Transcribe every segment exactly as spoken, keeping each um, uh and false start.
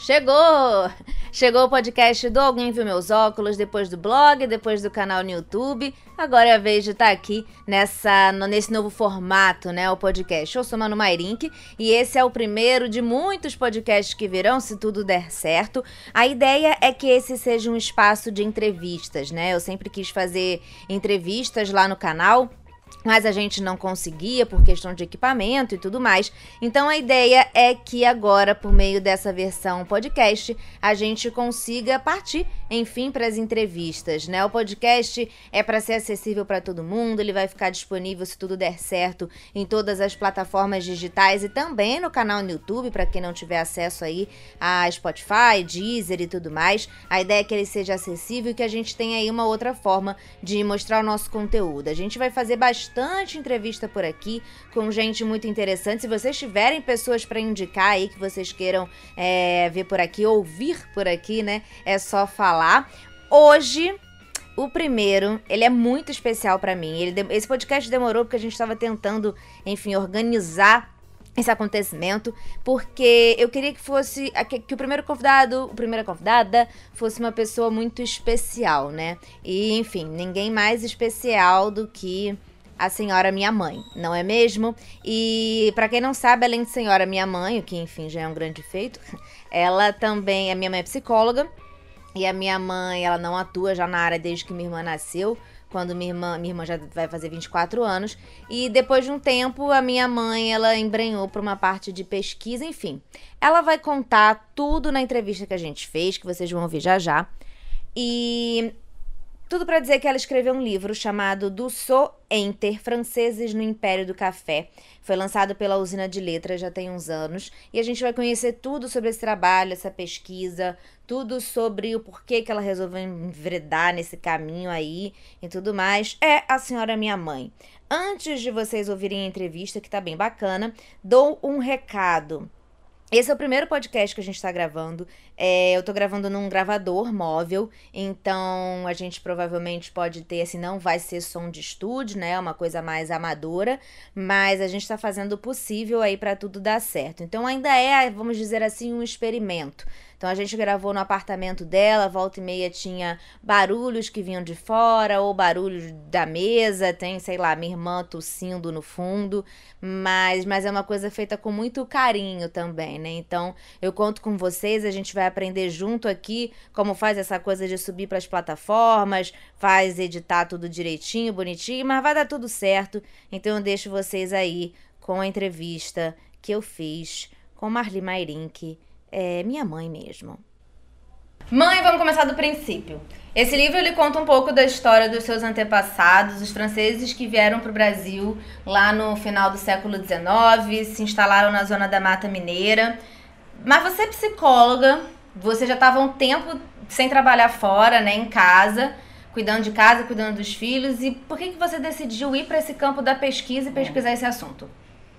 Chegou! Chegou o podcast do Alguém Viu Meus Óculos, depois do blog, depois do canal no YouTube. Agora é a vez de estar aqui nessa, nesse novo formato, né, o podcast. Eu sou Manu Mairink e esse é o primeiro de muitos podcasts que virão, se tudo der certo. A ideia é que esse seja um espaço de entrevistas, né? Eu sempre quis fazer entrevistas lá no canal, mas a gente não conseguia por questão de equipamento e tudo mais. Então a ideia é que agora, por meio dessa versão podcast, a gente consiga partir, enfim, para as entrevistas, né? O podcast é para ser acessível para todo mundo, ele vai ficar disponível, se tudo der certo, em todas as plataformas digitais e também no canal no YouTube, para quem não tiver acesso aí a Spotify, Deezer e tudo mais. A ideia é que ele seja acessível e que a gente tenha aí uma outra forma de mostrar o nosso conteúdo. A gente vai fazer bastante bastante entrevista por aqui, com gente muito interessante. Se vocês tiverem pessoas para indicar aí que vocês queiram é, ver por aqui, ouvir por aqui, né? É só falar. Hoje, o primeiro, ele é muito especial para mim. Ele, esse podcast demorou porque a gente estava tentando, enfim, organizar esse acontecimento, porque eu queria que fosse, que, que o primeiro convidado, a primeira convidada, fosse uma pessoa muito especial, né? E, enfim, ninguém mais especial do que a senhora minha mãe, não é mesmo? E pra quem não sabe, além de senhora minha mãe, o que enfim já é um grande feito, ela também, a minha mãe é psicóloga, e a minha mãe, ela não atua já na área desde que minha irmã nasceu, quando minha irmã, minha irmã já vai fazer vinte e quatro anos, e depois de um tempo, a minha mãe, ela embrenhou para uma parte de pesquisa, enfim. Ela vai contar tudo na entrevista que a gente fez, que vocês vão ouvir já já, e tudo para dizer que ela escreveu um livro chamado Dussault Enter, Franceses no Império do Café. Foi lançado pela Usina de Letras já tem uns anos. E a gente vai conhecer tudo sobre esse trabalho, essa pesquisa, tudo sobre o porquê que ela resolveu enveredar nesse caminho aí e tudo mais. É a senhora minha mãe. Antes de vocês ouvirem a entrevista, que tá bem bacana, dou um recado. Esse é o primeiro podcast que a gente tá gravando. É, eu tô gravando num gravador móvel, então a gente provavelmente pode ter, assim, não vai ser som de estúdio, né? Uma coisa mais amadora, mas a gente tá fazendo o possível aí pra tudo dar certo. Então ainda é, vamos dizer assim, um experimento. Então a gente gravou no apartamento dela, volta e meia tinha barulhos que vinham de fora, ou barulhos da mesa, tem, sei lá, minha irmã tossindo no fundo, mas, mas é uma coisa feita com muito carinho também, né? Então eu conto com vocês, a gente vai aprender junto aqui como faz essa coisa de subir para as plataformas, faz editar tudo direitinho, bonitinho, mas vai dar tudo certo. Então eu deixo vocês aí com a entrevista que eu fiz com Marli Mairink, é minha mãe mesmo. Mãe, vamos começar do princípio. Esse livro ele conta um pouco da história dos seus antepassados, os franceses que vieram para o Brasil lá no final do século dezenove, se instalaram na zona da Mata Mineira. Mas você é psicóloga, você já estava um tempo sem trabalhar fora, né, em casa, cuidando de casa, cuidando dos filhos. E por que, que você decidiu ir para esse campo da pesquisa e pesquisar esse assunto?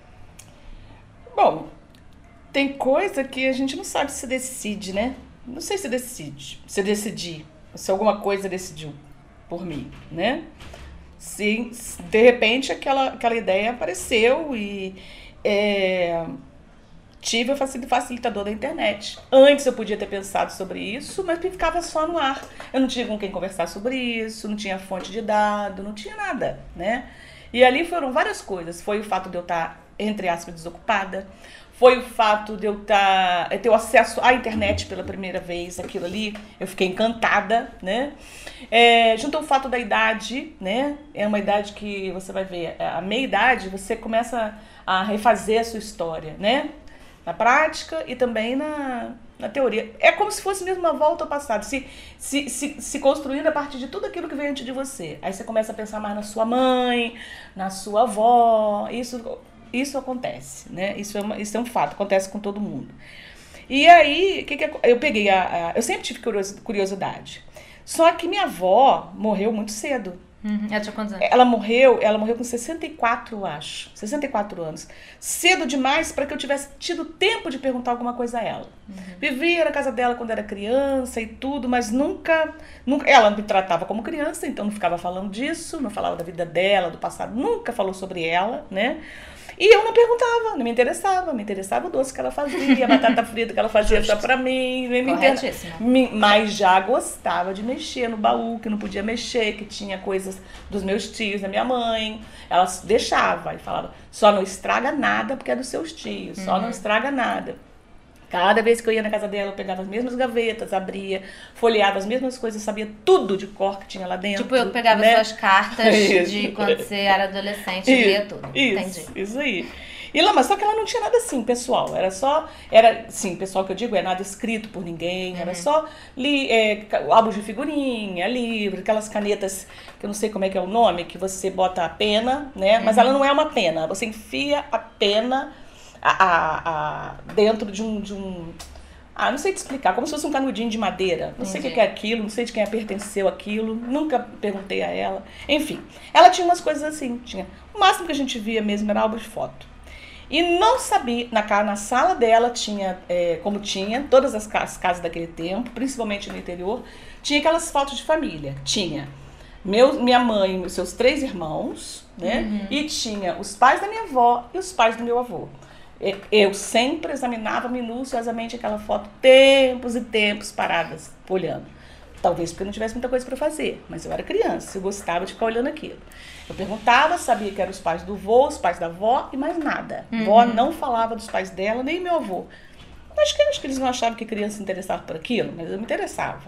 Bom, tem coisa que a gente não sabe se decide, né? Não sei se decide, se decidir, se alguma coisa decidiu por mim, né? Se, de repente, aquela, aquela ideia apareceu e é, tive o facilitador da internet. Antes eu podia ter pensado sobre isso, mas ficava só no ar. Eu não tinha com quem conversar sobre isso, não tinha fonte de dado, não tinha nada, né? E ali foram várias coisas. Foi o fato de eu estar, entre aspas, desocupada. Foi o fato de eu tá, ter o acesso à internet pela primeira vez, aquilo ali, eu fiquei encantada, né? É, junto ao fato da idade, né? É uma idade que você vai ver, a meia-idade, você começa a refazer a sua história, né? Na prática e também na, na teoria. É como se fosse mesmo uma volta ao passado, se, se, se, se construindo a partir de tudo aquilo que veio antes de você. Aí você começa a pensar mais na sua mãe, na sua avó, isso... Isso acontece, né? Isso é, uma, isso é um fato, acontece com todo mundo. E aí, que que eu peguei a, a... Eu sempre tive curiosidade. Só que minha avó morreu muito cedo. Uhum. Ela tinha quantos anos? Ela morreu, ela morreu com sessenta e quatro, eu acho. sessenta e quatro anos. Cedo demais para que eu tivesse tido tempo de perguntar alguma coisa a ela. Uhum. Vivia na casa dela quando era criança e tudo, mas nunca, nunca... Ela me tratava como criança, então não ficava falando disso, não falava da vida dela, do passado, nunca falou sobre ela, né? E eu não perguntava, não me interessava. Me interessava o doce que ela fazia, a batata frita que ela fazia só pra mim. Me Corretíssimo. me, mas já gostava de mexer no baú, que não podia mexer, que tinha coisas dos meus tios, da minha mãe. Ela deixava e falava, só não estraga nada porque é dos seus tios, só Uhum. não estraga nada. Cada vez que eu ia na casa dela, eu pegava as mesmas gavetas, abria, folheava as mesmas coisas, sabia tudo de cor que tinha lá dentro. Tipo, eu que pegava né? suas cartas Isso. de quando você era adolescente e lia tudo. Isso, Entendi. isso aí. E lá, mas só que ela não tinha nada assim, pessoal. Era só, era, sim, pessoal que eu digo, é nada escrito por ninguém. Era só li, é, álbuns de figurinha, livro, aquelas canetas, que eu não sei como é que é o nome, que você bota a pena, né? Mas ela não é uma pena. Você enfia a pena a, a, a, dentro de um, de um... Ah, não sei te explicar, como se fosse um canudinho de madeira. Não sei o que é aquilo, não sei de quem pertenceu aquilo, nunca perguntei a ela. Enfim, ela tinha umas coisas assim, tinha. O máximo que a gente via mesmo era álbum de foto. E não sabia, na, na sala dela tinha, é, como tinha, todas as, as casas daquele tempo, principalmente no interior, tinha aquelas fotos de família. Tinha meu, minha mãe e seus três irmãos, né? Uhum. E tinha os pais da minha avó e os pais do meu avô. Eu sempre examinava minuciosamente aquela foto, tempos e tempos paradas, olhando. Talvez porque eu não tivesse muita coisa para fazer, mas eu era criança, eu gostava de ficar olhando aquilo. Eu perguntava, sabia que eram os pais do vô, os pais da avó e mais nada. Uhum. Vó não falava dos pais dela, nem meu avô. Acho que, acho que eles não achavam que criança se interessava por aquilo, mas eu me interessava.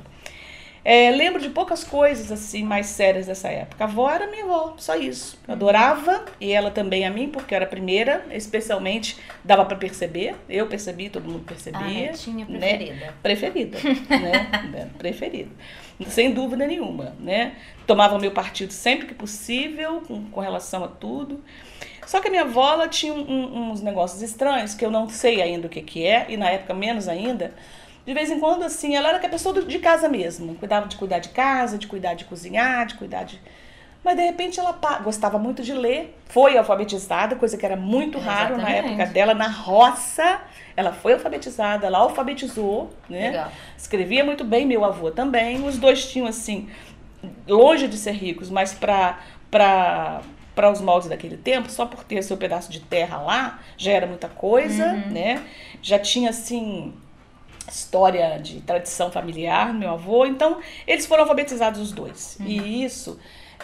É, lembro de poucas coisas assim mais sérias dessa época. A avó era minha avó, só isso. Eu adorava, e ela também a mim, porque eu era a primeira, especialmente dava para perceber. Eu percebi, todo mundo percebia. A netinha preferida. Né? Preferida, né? Preferida. Sem dúvida nenhuma, né? Tomava o meu partido sempre que possível, com, com relação a tudo. Só que a minha avó, ela tinha um, uns negócios estranhos, que eu não sei ainda o que que é, e na época menos ainda. De vez em quando, assim, ela era que a pessoa de casa mesmo. Cuidava de cuidar de casa, de cuidar de cozinhar, de cuidar de... Mas, de repente, ela gostava muito de ler. Foi alfabetizada, coisa que era muito raro na época dela. Na roça, ela foi alfabetizada, ela alfabetizou, né? Legal. Escrevia muito bem, meu avô também. Os dois tinham, assim, longe de ser ricos, mas para para para os moldes daquele tempo, só por ter seu pedaço de terra lá, já era muita coisa, uhum. né? Já tinha, assim... história de tradição familiar, meu avô, então eles foram alfabetizados os dois. Uhum. E isso,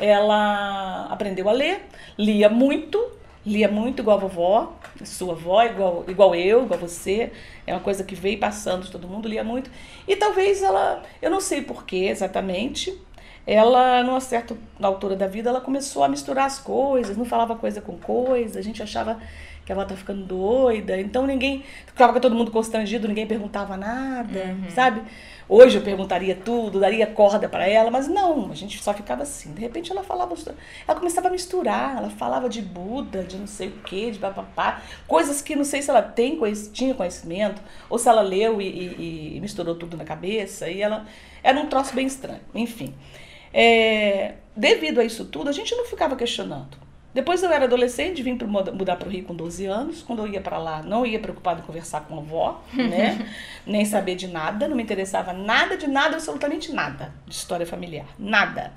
ela aprendeu a ler, lia muito, lia muito igual a vovó, sua avó, igual, igual eu, igual você, é uma coisa que veio passando de todo mundo, lia muito. E talvez ela, eu não sei porquê exatamente, ela, numa certa altura da vida, ela começou a misturar as coisas, não falava coisa com coisa, a gente achava... que ela tá ficando doida, então ninguém, ficava com todo mundo constrangido, ninguém perguntava nada, uhum. sabe? Hoje eu perguntaria tudo, daria corda para ela, mas não, a gente só ficava assim. De repente ela falava, ela começava a misturar, ela falava de Buda, de não sei o que, de papapá, coisas que não sei se ela tem, tinha conhecimento, ou se ela leu e, e, e misturou tudo na cabeça, e ela, era um troço bem estranho, enfim. É, devido a isso tudo, a gente não ficava questionando. Depois eu era adolescente, vim pro, mudar para o Rio com doze anos. Quando eu ia para lá, não ia preocupada em conversar com a avó, né? Nem saber de nada, não me interessava nada de nada, absolutamente nada de história familiar, nada.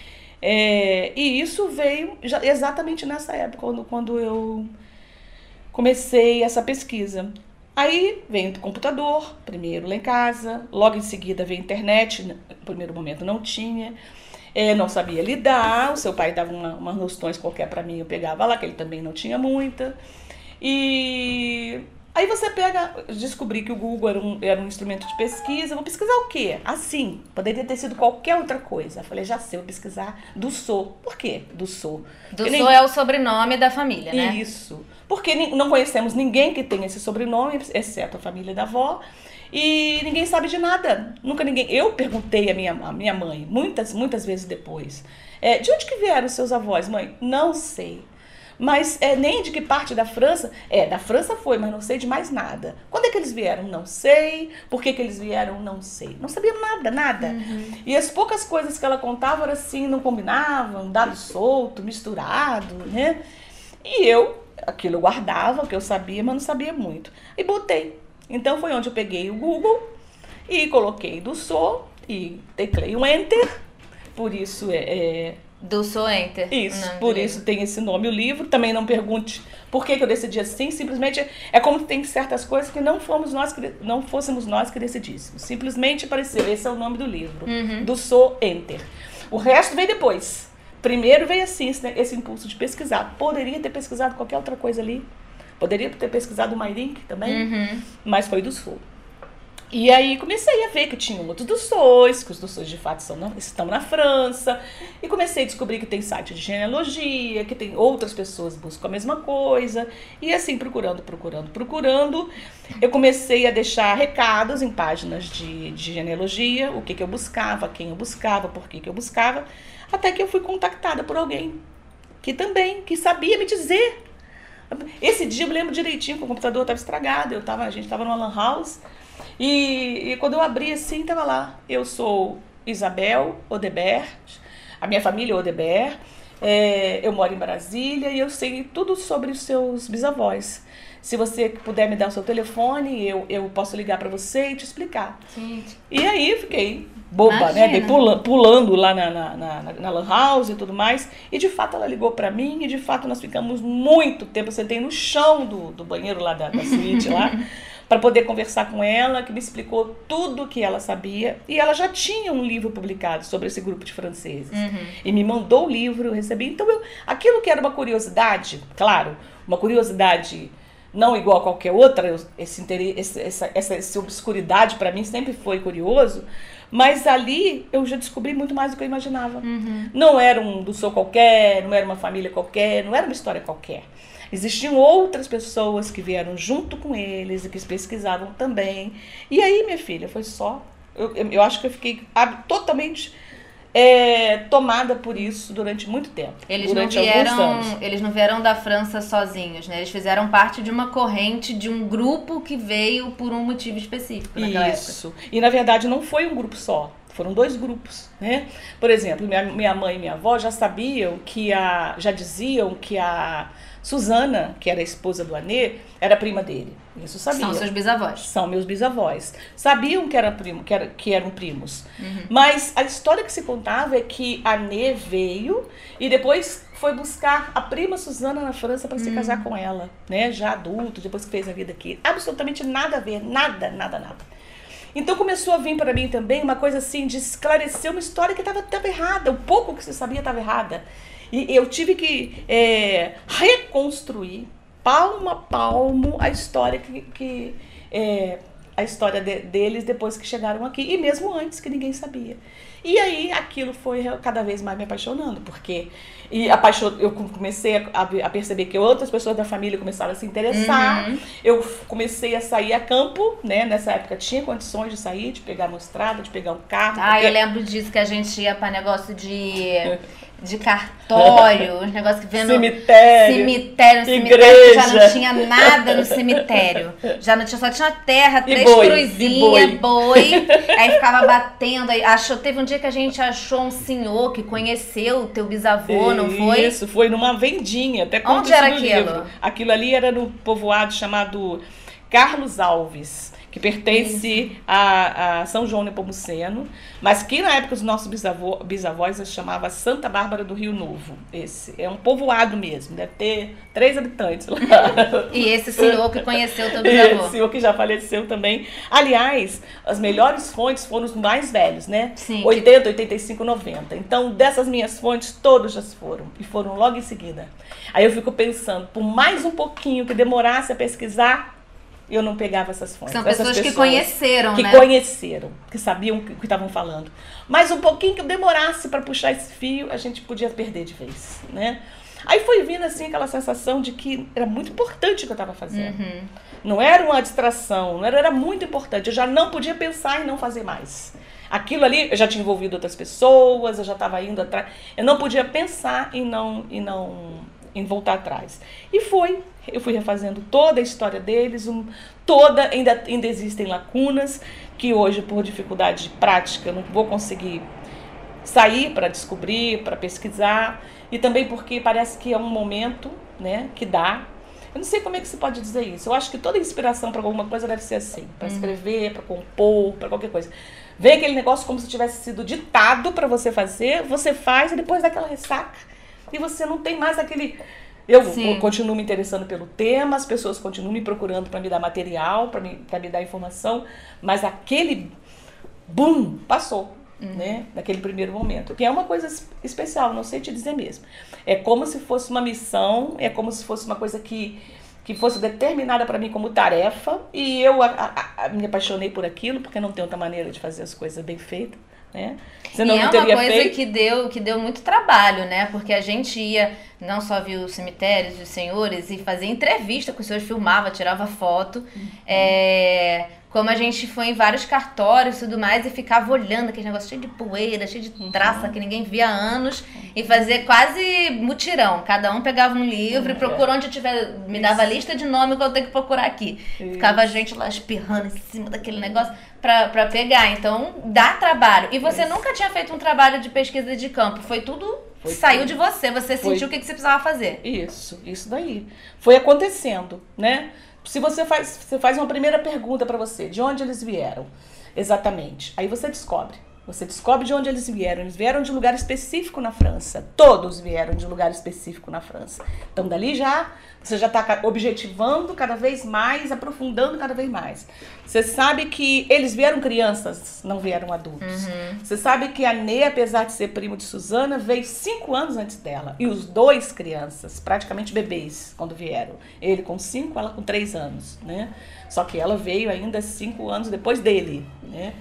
É, e isso veio já, exatamente nessa época, quando, quando eu comecei essa pesquisa. Aí vem o computador, primeiro lá em casa, logo em seguida veio a internet, no primeiro momento não tinha. É, não sabia lidar, o seu pai dava uma, umas noções qualquer para mim, eu pegava lá, que ele também não tinha muita. E aí você pega, descobri que o Google era um, era um instrumento de pesquisa, vou pesquisar o quê? Assim, poderia ter sido qualquer outra coisa. Eu falei, já sei, vou pesquisar do Sou. Por quê do Sou? Do Sou é o sobrenome da família, né? Isso, porque não conhecemos ninguém que tenha esse sobrenome, exceto a família da avó. E ninguém sabe de nada, nunca ninguém. Eu perguntei à minha, à minha mãe, muitas, muitas vezes depois, é, de onde que vieram os seus avós, mãe? Não sei. Mas é, nem de que parte da França, é, da França foi, mas não sei de mais nada. Quando é que eles vieram? Não sei. Por que que eles vieram? Não sei. Não sabia nada, nada. Uhum. E as poucas coisas que ela contava eram assim, não combinavam, dado solto, misturado, né? E eu, aquilo eu guardava, o que eu sabia, mas não sabia muito. E botei. Então foi onde eu peguei o Google e coloquei do Sou e teclei um Enter. Por isso é, é Do Sou Enter. Isso, Não, por do isso livro. tem esse nome o livro. Também não pergunte por que, que eu decidi assim. Simplesmente é como tem certas coisas que não fomos nós que, não fôssemos nós que decidíssemos. Simplesmente apareceu. Esse é o nome do livro. Uhum. Do Sou Enter. O resto veio depois. Primeiro veio assim, esse, né, esse impulso de pesquisar. Poderia ter pesquisado qualquer outra coisa ali. Poderia ter pesquisado o MyLink também. Uhum. Mas foi do Sou. E aí comecei a ver que tinha outros do Sois, que os do Sois de fato são na, estão na França. E comecei a descobrir que tem site de genealogia, que tem outras pessoas que buscam a mesma coisa. E assim, procurando, procurando, procurando, eu comecei a deixar recados em páginas de, de genealogia, o que, que eu buscava, quem eu buscava, por que, que eu buscava, até que eu fui contactada por alguém que também, que sabia me dizer. Esse dia eu me lembro direitinho que o computador estava estragado, eu tava, a gente estava numa lan house. E, e quando eu abri assim, tava lá. Eu sou Isabel Odebert, a minha família é Odebert, é, eu moro em Brasília e eu sei tudo sobre os seus bisavós. Se você puder me dar o seu telefone, eu, eu posso ligar para você e te explicar. Gente. E aí fiquei boba, Imagina. né? Dei pula, pulando lá na, na, na, na lan house e tudo mais. E de fato ela ligou para mim e de fato nós ficamos muito tempo. Eu sentei no chão do, do banheiro lá da, da suíte lá. Para poder conversar com ela, que me explicou tudo o que ela sabia. E ela já tinha um livro publicado sobre esse grupo de franceses. Uhum. E me mandou o livro, eu recebi. Então, eu, aquilo que era uma curiosidade, claro, uma curiosidade não igual a qualquer outra, esse, esse, essa, essa, essa obscuridade para mim sempre foi curioso, mas ali eu já descobri muito mais do que eu imaginava. Uhum. Não era um do Sou qualquer, não era uma família qualquer, não era uma história qualquer. Existiam outras pessoas que vieram junto com eles e que pesquisavam também. E aí, minha filha, foi só... Eu, eu acho que eu fiquei totalmente é, tomada por isso durante muito tempo. Eles durante não vieram, alguns anos. Eles não vieram da França sozinhos, né? Eles fizeram parte de uma corrente, de um grupo que veio por um motivo específico naquela época. Isso. E, na verdade, não foi um grupo só. Foram dois grupos, né? Por exemplo, minha, minha mãe e minha avó já sabiam que a... Já diziam que a... Suzana, que era a esposa do Anê, era prima dele. Isso sabia. São seus bisavós. São meus bisavós. Sabiam que, era primo, que, era, que eram primos. Uhum. Mas a história que se contava é que Anê veio e depois foi buscar a prima Suzana na França para se uhum. casar com ela, né? Já adulto, depois que fez a vida aqui. Absolutamente nada a ver, nada, nada, nada. Então começou a vir para mim também uma coisa assim de esclarecer uma história que estava errada. O pouco que se sabia estava errada. E eu tive que é, reconstruir, palmo a palmo, a história, que, que, é, a história de, deles depois que chegaram aqui. E mesmo antes, que ninguém sabia. E aí, aquilo foi cada vez mais me apaixonando. Porque e apaixon... eu comecei a, a perceber que outras pessoas da família começaram a se interessar. Uhum. Eu comecei a sair a campo, né? Nessa época tinha condições de sair, de pegar uma estrada, de pegar um carro. Ah, porque... eu lembro disso, que a gente ia para negócio de... de cartório, uns negócios que vê no cemitério, cemitério, no igreja. Cemitério, já não tinha nada no cemitério. Já não tinha, só tinha terra, três boi, cruzinhas, boi. boi. Aí ficava batendo. Aí achou, teve um dia que a gente achou um senhor que conheceu o teu bisavô, não foi? Isso, foi numa vendinha. Até onde era aquilo? Livro. Aquilo ali era no povoado chamado Carlos Alves, que pertence a, a São João Nepomuceno, mas que na época os nossos bisavô, bisavós se chamava Santa Bárbara do Rio Novo. Esse é um povoado mesmo, deve ter três habitantes lá. E esse senhor que conheceu o teu bisavô. Esse senhor que já faleceu também. Aliás, as melhores fontes foram os mais velhos, né? Sim. oitenta, oitenta e cinco, noventa. Então, dessas minhas fontes, todos já foram. E foram logo em seguida. Aí eu fico pensando, por mais um pouquinho que demorasse a pesquisar, eu não pegava essas fontes. São pessoas, pessoas que conheceram, que né? Que conheceram, que sabiam o que estavam falando. Mas um pouquinho que demorasse para puxar esse fio, a gente podia perder de vez, né? Aí foi vindo assim aquela sensação de que era muito importante o que eu estava fazendo. Uhum. Não era uma distração, não era, era muito importante. Eu já não podia pensar em não fazer mais. Aquilo ali, eu já tinha envolvido outras pessoas, eu já estava indo atrás. Eu não podia pensar em não... Em não em voltar atrás. E foi. Eu fui refazendo toda a história deles, um, toda, ainda, ainda existem lacunas, que hoje, por dificuldade prática, eu não vou conseguir sair para descobrir, para pesquisar, e também porque parece que é um momento, né, que dá. Eu não sei como é que se pode dizer isso. Eu acho que toda inspiração para alguma coisa deve ser assim. Para escrever, para compor, para qualquer coisa. Vem aquele negócio como se tivesse sido ditado para você fazer, você faz e depois daquela ressaca. E você não tem mais aquele... Eu Sim. continuo me interessando pelo tema, as pessoas continuam me procurando para me dar material, para me, pra me dar informação, mas aquele boom passou, uhum. né? Naquele primeiro momento. Que é uma coisa especial, não sei te dizer mesmo. É como se fosse uma missão, é como se fosse uma coisa que, que fosse determinada para mim como tarefa, e eu a, a, a, me apaixonei por aquilo, porque não tem outra maneira de fazer as coisas bem feitas. Né? Senão e não é teria uma coisa feito. que deu, que deu muito trabalho, né? Porque a gente ia, não só ver os cemitérios dos senhores, e fazia entrevista com os senhores, filmava, tirava foto. Uhum. É, como a gente foi em vários cartórios e tudo mais, e ficava olhando aquele negócio cheio de poeira, cheio de traça, uhum. que ninguém via há anos, e fazia quase mutirão. Cada um pegava um livro uhum. e procurou onde eu tiver, me Isso. dava a lista de nome que eu tenho que procurar aqui. Isso. Ficava a gente lá espirrando em cima daquele negócio. Pra, pra pegar, então dá trabalho. E você Isso. nunca tinha feito um trabalho de pesquisa de campo, foi tudo, foi saiu tudo. de você, você foi. sentiu o que, que você precisava fazer. Isso, isso daí. Foi acontecendo, né? Se você faz, você faz uma primeira pergunta pra você, de onde eles vieram, exatamente, aí você descobre. Você descobre de onde eles vieram. Eles vieram de um lugar específico na França. Todos vieram de um lugar específico na França. Então, dali já, você já está objetivando cada vez mais, aprofundando cada vez mais. Você sabe que eles vieram crianças, não vieram adultos. Uhum. Você sabe que a Ney, apesar de ser primo de Susana, veio cinco anos antes dela. E os dois crianças, praticamente bebês, quando vieram. Ele com cinco, ela com três anos, né? Só que ela veio ainda cinco anos depois dele, né?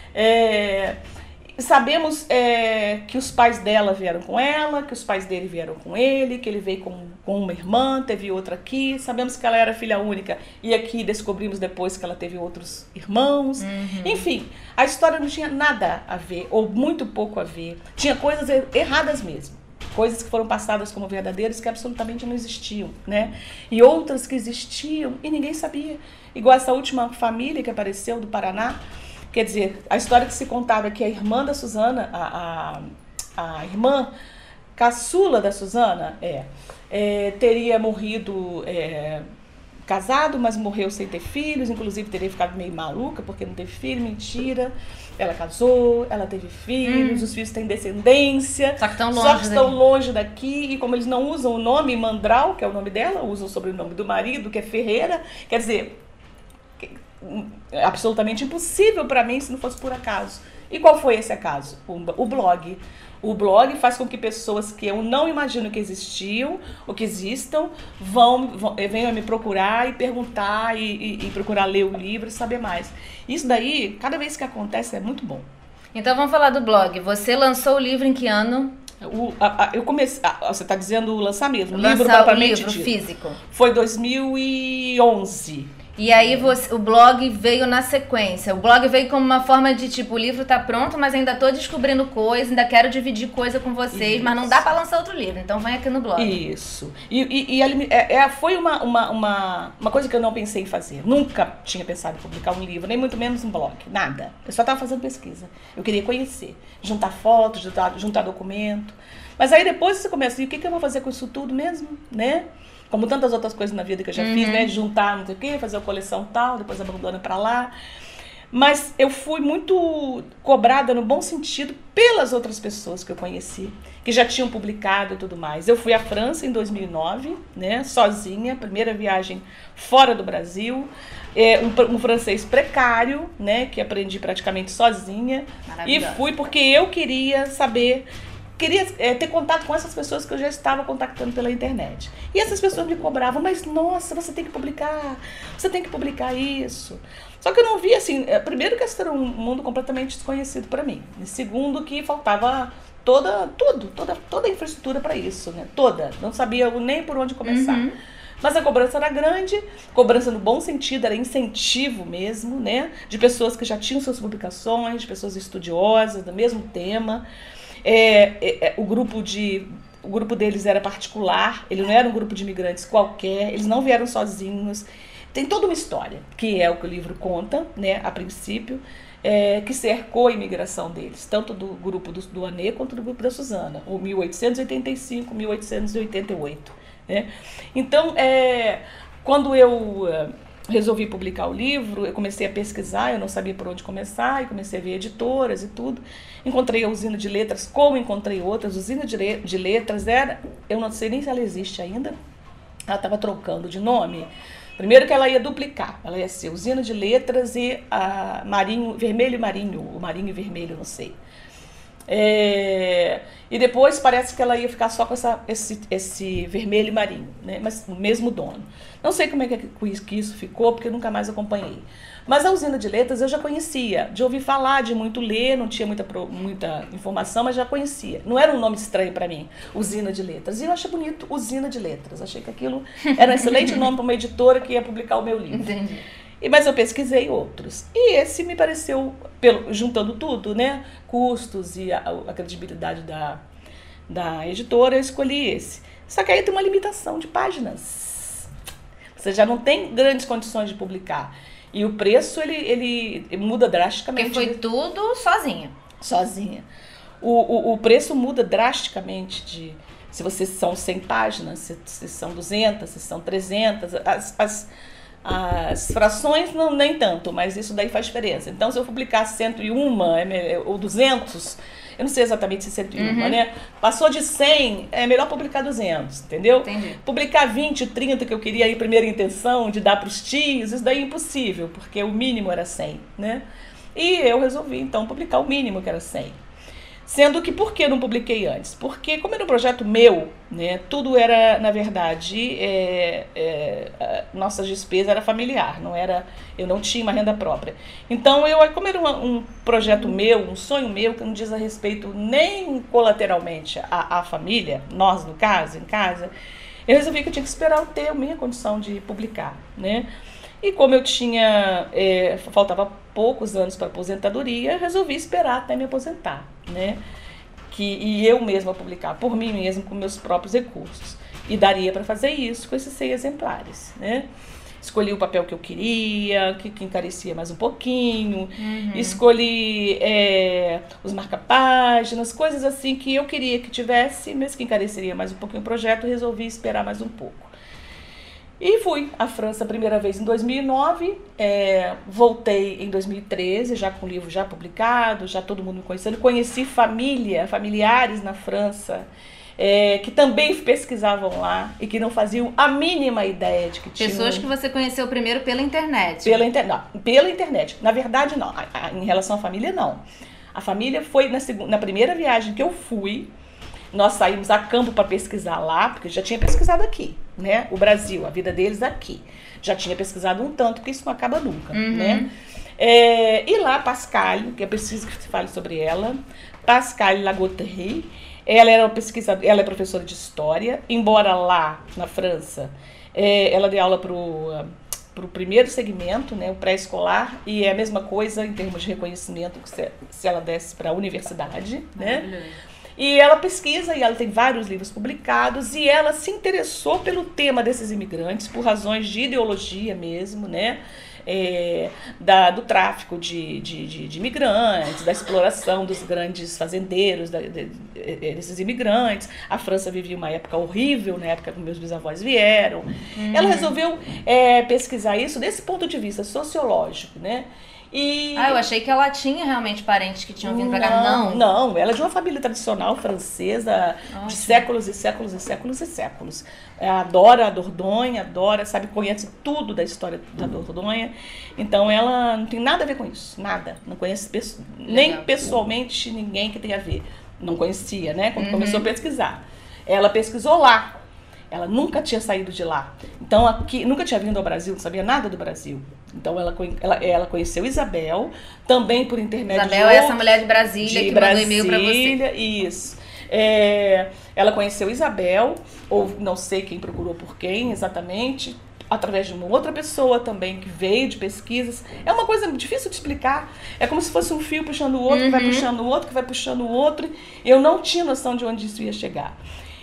É, sabemos é, que os pais dela vieram com ela, que os pais dele vieram com ele, que ele veio com, com uma irmã, teve outra aqui. Sabemos que ela era filha única e aqui descobrimos depois que ela teve outros irmãos. Uhum. Enfim, a história não tinha nada a ver, ou muito pouco a ver. Tinha coisas erradas mesmo. Coisas que foram passadas como verdadeiras que absolutamente não existiam, né? E outras que existiam e ninguém sabia. Igual essa última família que apareceu do Paraná. Quer dizer, a história que se contava é que a irmã da Susana, a, a, a irmã caçula da Susana, é, é, teria morrido é, casado, mas morreu sem ter filhos, inclusive teria ficado meio maluca porque não teve filho, mentira. Ela casou, ela teve filhos, hum. os filhos têm descendência, só que estão longe, só que estão longe daqui, e como eles não usam o nome Mandral, que é o nome dela, usam o sobrenome do marido, que é Ferreira, quer dizer... absolutamente impossível para mim se não fosse por acaso. E qual foi esse acaso? O blog. O blog faz com que pessoas que eu não imagino que existiam ou que existam vão, vão venham me procurar e perguntar e, e, e procurar ler o livro e saber mais. Isso daí, cada vez que acontece, é muito bom. Então vamos falar do blog. Você lançou o livro em que ano? O, a, a, eu comecei. A, você está dizendo o lançamento, o Lançar livro propriamente o livro dito. físico. Foi dois mil e onze. E aí você, o blog veio na sequência. O blog veio como uma forma de, tipo, o livro tá pronto, mas ainda tô descobrindo coisa, ainda quero dividir coisa com vocês, Isso. mas não dá pra lançar outro livro, então vem aqui no blog. Isso. E, e, e ele, é, é, foi uma, uma, uma, uma coisa que eu não pensei em fazer. Nunca tinha pensado em publicar um livro, nem muito menos um blog, nada. Eu só tava fazendo pesquisa. Eu queria conhecer, juntar fotos, juntar, juntar documento. Mas aí depois você começa, e o que, que eu vou fazer com isso tudo mesmo, né? Como tantas outras coisas na vida que eu já uhum. fiz, né? Juntar, não sei o quê, fazer a coleção tal, depois abandona pra lá. Mas eu fui muito cobrada, no bom sentido, pelas outras pessoas que eu conheci, que já tinham publicado e tudo mais. Eu fui à França em dois mil e nove, né? Sozinha, primeira viagem fora do Brasil. É, um, um francês precário, né? Que aprendi praticamente sozinha. E fui porque eu queria saber... Queria é, ter contato com essas pessoas que eu já estava contactando pela internet. E essas pessoas me cobravam, mas nossa, você tem que publicar, você tem que publicar isso. Só que eu não via assim, primeiro que esse era um mundo completamente desconhecido para mim. E segundo que faltava toda, tudo, toda, toda a infraestrutura para isso, né? Toda. Não sabia nem por onde começar. Uhum. Mas a cobrança era grande, cobrança no bom sentido, era incentivo mesmo, né? De pessoas que já tinham suas publicações, de pessoas estudiosas do mesmo tema. É, é, é, o, grupo de, o grupo deles era particular, ele não era um grupo de imigrantes qualquer, eles não vieram sozinhos. Tem toda uma história, que é o que o livro conta, né, a princípio, é, que cercou a imigração deles, tanto do grupo do, do Anê quanto do grupo da Susana, o mil oitocentos e oitenta e cinco, mil oitocentos e oitenta e oito. Né? Então, é, Quando eu uh, resolvi publicar o livro, eu comecei a pesquisar, eu não sabia por onde começar, e comecei a ver editoras e tudo. Encontrei a Usina de Letras, como encontrei outras. Usina de, de Letras era, eu não sei nem se ela existe ainda, ela estava trocando de nome. Primeiro que ela ia duplicar, ela ia ser Usina de Letras e a Marinho, Vermelho e Marinho, o Marinho e Vermelho, não sei. É, e depois parece que ela ia ficar só com essa, esse, esse vermelho e marinho, né? Mas o mesmo dono. Não sei como é que, que isso ficou, porque eu nunca mais acompanhei. Mas a Usina de Letras eu já conhecia, de ouvir falar, de muito ler, não tinha muita, muita informação, mas já conhecia. Não era um nome estranho para mim, Usina de Letras. E eu achei bonito Usina de Letras. Achei que aquilo era um excelente nome para uma editora que ia publicar o meu livro. Entendi. Mas eu pesquisei outros. E esse me pareceu, pelo, juntando tudo, né? Custos e a, a credibilidade da, da editora, eu escolhi esse. Só que aí tem uma limitação de páginas. Você já não tem grandes condições de publicar. E o preço, ele, ele muda drasticamente. Porque foi tudo sozinha. Sozinha. O, o, o preço muda drasticamente de... Se vocês são cem páginas, se, se são duzentas, se são trezentas... As... as As frações, não, nem tanto, mas isso daí faz diferença. Então, se eu publicar cento e um ou duzentos, eu não sei exatamente se cento e um, uhum. né? Passou de cem, é melhor publicar duzentos, entendeu? Entendi. Publicar vinte, trinta, que eu queria em primeira intenção, de dar para os tios, isso daí é impossível, porque o mínimo era cem, né? E eu resolvi, então, publicar o mínimo, que era cem. Sendo que, por que eu não publiquei antes? Porque, como era um projeto meu, né, tudo era, na verdade, é, é, nossa despesa era familiar, não era, eu não tinha uma renda própria. Então, eu, como era um, um projeto meu, um sonho meu, que não diz a respeito nem colateralmente à, à família, nós, no caso, em casa, eu resolvi que eu tinha que esperar eu ter a minha condição de publicar, né? E como eu tinha, é, faltava poucos anos para aposentadoria, resolvi esperar até me aposentar, né? Que, e eu mesma publicar por mim mesma com meus próprios recursos. E daria para fazer isso com esses seis exemplares, né? Escolhi o papel que eu queria, que, que encarecia mais um pouquinho. Uhum. Escolhi é, os marca-páginas, coisas assim que eu queria que tivesse, mas que encareceria mais um pouquinho o projeto, resolvi esperar mais um pouco. E fui à França a primeira vez em dois mil e nove, é, voltei em dois mil e treze, já com o livro já publicado, já todo mundo me conhecendo. Conheci família, familiares na França, é, que também pesquisavam lá e que não faziam a mínima ideia de que tinham... Pessoas que você conheceu primeiro pela internet. Pela, inter... não, pela internet. Na verdade, não. Em relação à família, não. A família foi na, segunda, na primeira viagem que eu fui. Nós saímos a campo para pesquisar lá, porque já tinha pesquisado aqui, né? O Brasil, a vida deles aqui. Já tinha pesquisado um tanto, porque isso não acaba nunca, uhum. né? É, e lá, Pascal, que é preciso que se fale sobre ela, Pascal Lagotterie, ela, era uma pesquisadora, ela é professora de história, embora lá, na França, é, ela dê aula para o para o primeiro segmento, né, o pré-escolar, e é a mesma coisa em termos de reconhecimento que se, se ela desse para a universidade, né? E ela pesquisa, e ela tem vários livros publicados, e ela se interessou pelo tema desses imigrantes, por razões de ideologia mesmo, né? É, da, do tráfico de, de, de, de imigrantes, da exploração dos grandes fazendeiros, da, de, de, desses imigrantes. A França vivia uma época horrível, na época que meus bisavós vieram. Uhum. Ela resolveu é, pesquisar isso desse ponto de vista sociológico, né? E... Ah, eu achei que ela tinha realmente parentes que tinham vindo pra cá. Não, não, ela é de uma família tradicional francesa, Ótimo. de séculos e séculos e séculos e séculos. Adora a Dordogne, adora, sabe, conhece tudo da história da Dordogne. Então ela não tem nada a ver com isso, nada. Não conhece nem pessoalmente ninguém que tenha a ver. Não conhecia, né, quando uhum. começou a pesquisar. Ela pesquisou lá. Ela nunca tinha saído de lá. Então, aqui, nunca tinha vindo ao Brasil, não sabia nada do Brasil. Então, ela, ela, ela conheceu Isabel, também por intermédio Isabel de... Isabel é essa mulher de Brasília de que Brasília, mandou e-mail pra você. Isso. É, ela conheceu Isabel, ou não sei quem procurou por quem exatamente, através de uma outra pessoa também que veio de pesquisas. É uma coisa difícil de explicar. É como se fosse um fio puxando o outro, uhum. que vai puxando o outro, que vai puxando o outro. Eu não tinha noção de onde isso ia chegar.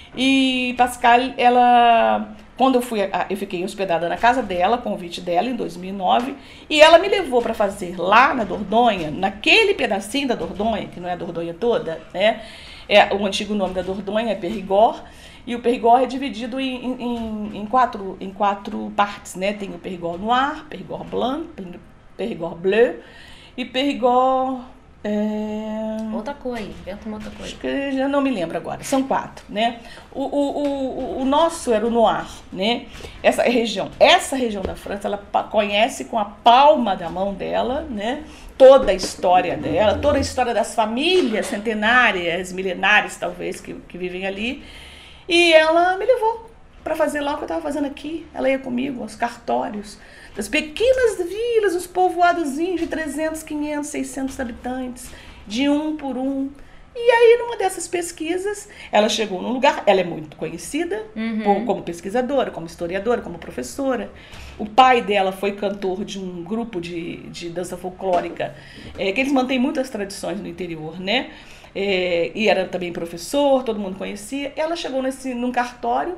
E Pascal, ela, quando eu fui, eu fiquei hospedada na casa dela, convite dela em dois mil e nove, e ela me levou para fazer lá na Dordogne, naquele pedacinho da Dordogne, que não é a Dordogne toda, né? É, o antigo nome da Dordogne é Périgord, E o Périgord é dividido em, em, em, quatro, em quatro partes, né? Tem o Périgord Noir, Périgord Blanc, Périgord Bleu e Périgord... É... Outra cor aí, inventa uma outra cor. Acho que já não me lembro agora. São quatro, né? O, o, o, o nosso era o Noir, né? Essa região, essa região da França, ela conhece com a palma da mão dela, né? Toda a história dela, toda a história das famílias centenárias, milenares talvez, que, que vivem ali. E ela me levou para fazer lá o que eu estava fazendo aqui. Ela ia comigo aos cartórios das pequenas vilas, os povoadozinhos de trezentos, quinhentos, seiscentos habitantes, de um por um. E aí, numa dessas pesquisas, ela chegou num lugar, ela é muito conhecida, uhum. como pesquisadora, como historiadora, como professora. O pai dela foi cantor de um grupo de, de dança folclórica, é, que eles mantêm muitas tradições no interior, né? É, e era também professor, todo mundo conhecia. Ela chegou nesse, num cartório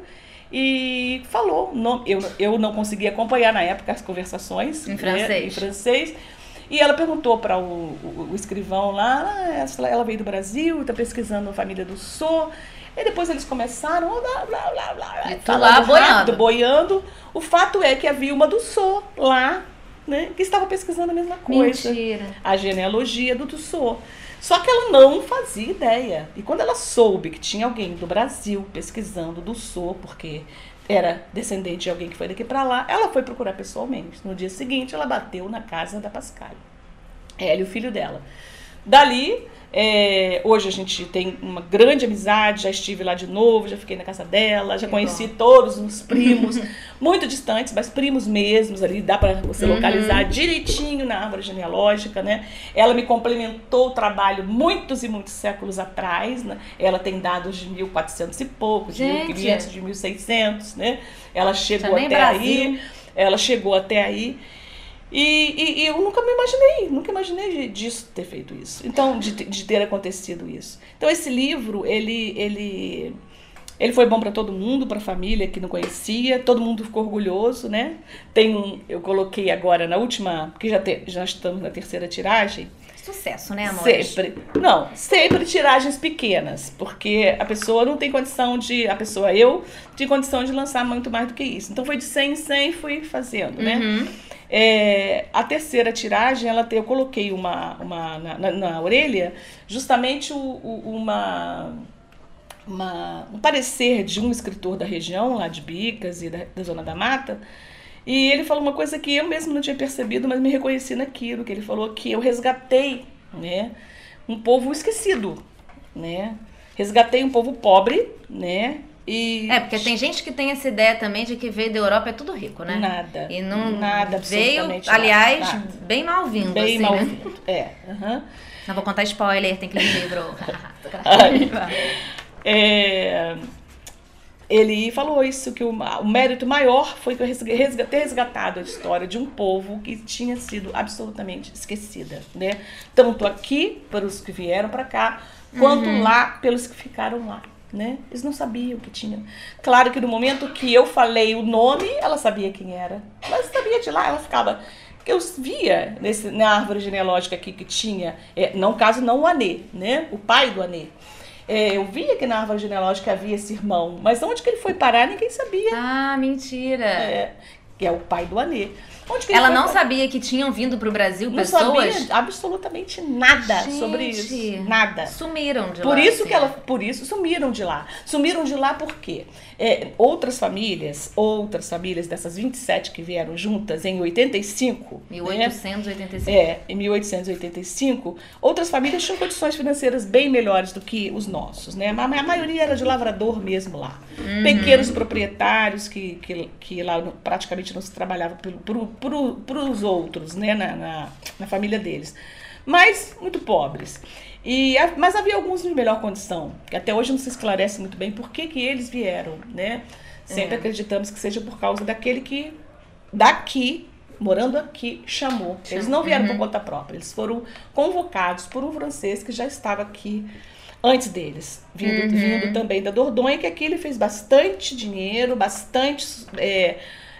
e falou, não, eu, eu não conseguia acompanhar na época as conversações em, né, francês. em francês, e ela perguntou para o, o, o escrivão lá, ah, ela veio do Brasil, está pesquisando a família do Sceaux, e depois eles começaram, blá, blá, blá, blá, e tu lá boiando. Rápido, boiando. O fato é que havia uma do Sceaux lá, né, que estava pesquisando a mesma coisa. Mentira. A genealogia do Sceaux. Só que ela não fazia ideia. E quando ela soube que tinha alguém do Brasil pesquisando do Sceaux, porque era descendente de alguém que foi daqui para lá, ela foi procurar pessoalmente. No dia seguinte, ela bateu na casa da Pascal. Ela e o filho dela. Dali, é, hoje a gente tem uma grande amizade, já estive lá de novo, já fiquei na casa dela, já que conheci bom. Todos os primos, muito distantes, mas primos mesmos, ali dá para você uhum. localizar direitinho na árvore genealógica, né? Ela me complementou o trabalho muitos e muitos séculos atrás, né? Ela tem dados de mil e quatrocentos e pouco, de mil e quinhentos, de mil e seiscentos, né? Ela chegou até Brasil. aí, ela chegou até aí. E, e, e eu nunca me imaginei, nunca imaginei disso, ter feito isso. Então, de, de ter acontecido isso. Então, esse livro, ele, ele, ele foi bom para todo mundo, para a família que não conhecia, todo mundo ficou orgulhoso, né? Tem um, eu coloquei agora na última, porque já, te, já estamos na terceira tiragem. Sucesso, né, amor? Sempre. Não, sempre tiragens pequenas, porque a pessoa não tem condição de, a pessoa, eu, tinha condição de lançar muito mais do que isso. Então, foi de cem em cem e fui fazendo, né? Uhum. É, a terceira tiragem, ela tem, eu coloquei uma, uma na, na, na orelha, justamente o, o, uma, uma, um parecer de um escritor da região, lá de Bicas e da, da Zona da Mata, e ele falou uma coisa que eu mesmo não tinha percebido, mas me reconheci naquilo, que ele falou que eu resgatei, né, um povo esquecido, né, resgatei um povo pobre, né, E, é, porque tem gente que tem essa ideia também de que veio da Europa é tudo rico, né? Nada. E não nada, veio, absolutamente aliás, nada. bem mal-vindo. Bem assim, mal-vindo, né? é. Uhum. Não vou contar spoiler, tem que ler o livro. é, ele falou isso, que o, o mérito maior foi que eu resgatei, ter resgatado a história de um povo que tinha sido absolutamente esquecida, né? Tanto aqui, para os que vieram para cá, quanto uhum. lá, pelos que ficaram lá. Né? Eles não sabiam que tinha. Claro que no momento que eu falei o nome, ela sabia quem era. Ela sabia de lá, ela ficava... Eu via nesse, na árvore genealógica aqui que tinha, é, no caso não o Anê, né? O pai do Anê. É, eu via que na árvore genealógica havia esse irmão, mas onde que ele foi parar ninguém sabia. Ah, mentira. É, que é o pai do Anê. Onde que ela ele não foi... sabia que tinham vindo pro Brasil não pessoas? Sabia absolutamente nada. Gente, sobre isso. Nada. Sumiram de por lá. Isso assim. que ela, por isso sumiram de lá. Sumiram de lá por quê? É, outras famílias, outras famílias dessas vinte e sete que vieram juntas em oitenta e cinco. mil oitocentos e oitenta e cinco. Né? É, em mil oitocentos e oitenta e cinco, outras famílias tinham condições financeiras bem melhores do que os nossos, né? A, a maioria era de lavrador mesmo lá. Uhum. Pequenos proprietários que, que, que lá praticamente não se trabalhava para os outros, né? Na, na, na família deles. Mas muito pobres. E, mas havia alguns de melhor condição, que até hoje não se esclarece muito bem por que, que eles vieram, né? Sempre é. acreditamos que seja por causa daquele que daqui, morando aqui, chamou. Eles não vieram uhum. por conta própria, eles foram convocados por um francês que já estava aqui antes deles, vindo, uhum. vindo também da Dordogne, que aqui ele fez bastante dinheiro, bastante... É,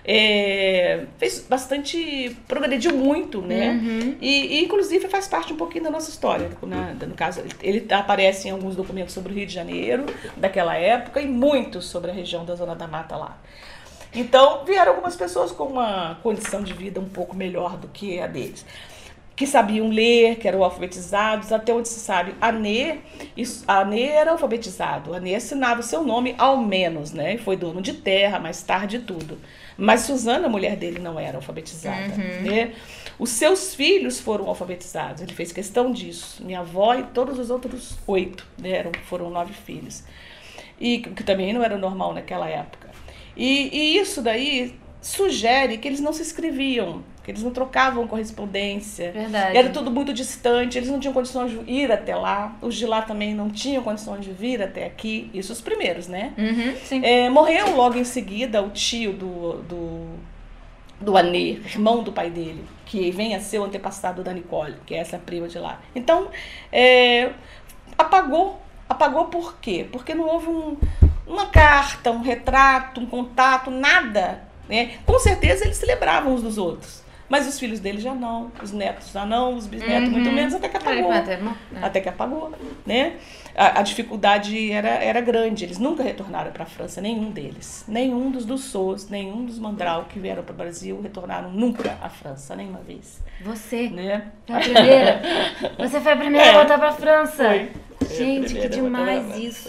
É, fez bastante, progrediu muito, né? Uhum. E, e, inclusive, faz parte um pouquinho da nossa história. Na, no caso, ele aparece em alguns documentos sobre o Rio de Janeiro, daquela época, e muito sobre a região da Zona da Mata lá. Então, vieram algumas pessoas com uma condição de vida um pouco melhor do que a deles, que sabiam ler, que eram alfabetizados, até onde se sabe. Anê, Anê era alfabetizado, Anê assinava o seu nome ao menos, né? Foi dono de terra, mais tarde tudo. Mas Suzana, a mulher dele, não era alfabetizada, uhum. né? Os seus filhos foram alfabetizados, ele fez questão disso. Minha avó e todos os outros oito, né? Eram, foram nove filhos. E que também não era normal naquela época. E, e isso daí sugere que eles não se escreviam, que eles não trocavam correspondência. Verdade. Era tudo muito distante, eles não tinham condições de ir até lá. Os de lá também não tinham condições de vir até aqui. Isso os primeiros, né? Uhum, sim. É, morreu logo em seguida o tio do, do, do Anê, irmão do pai dele, que vem a ser o antepassado da Nicole, que é essa prima de lá. Então, é, apagou. Apagou por quê? Porque não houve um, uma carta, um retrato, um contato, nada. Né? Com certeza eles se lembravam uns dos outros. Mas os filhos dele já não, os netos já não, os bisnetos uhum. muito menos, até que apagou. Até, até que apagou, né? A, a dificuldade era, era grande, eles nunca retornaram para a França, nenhum deles. Nenhum dos Dussaults, nenhum dos Mandral que vieram para o Brasil retornaram nunca à França, nenhuma vez. Você, né? foi a primeira. Você foi a primeira é, a voltar para a França. Foi. Gente, que demais isso.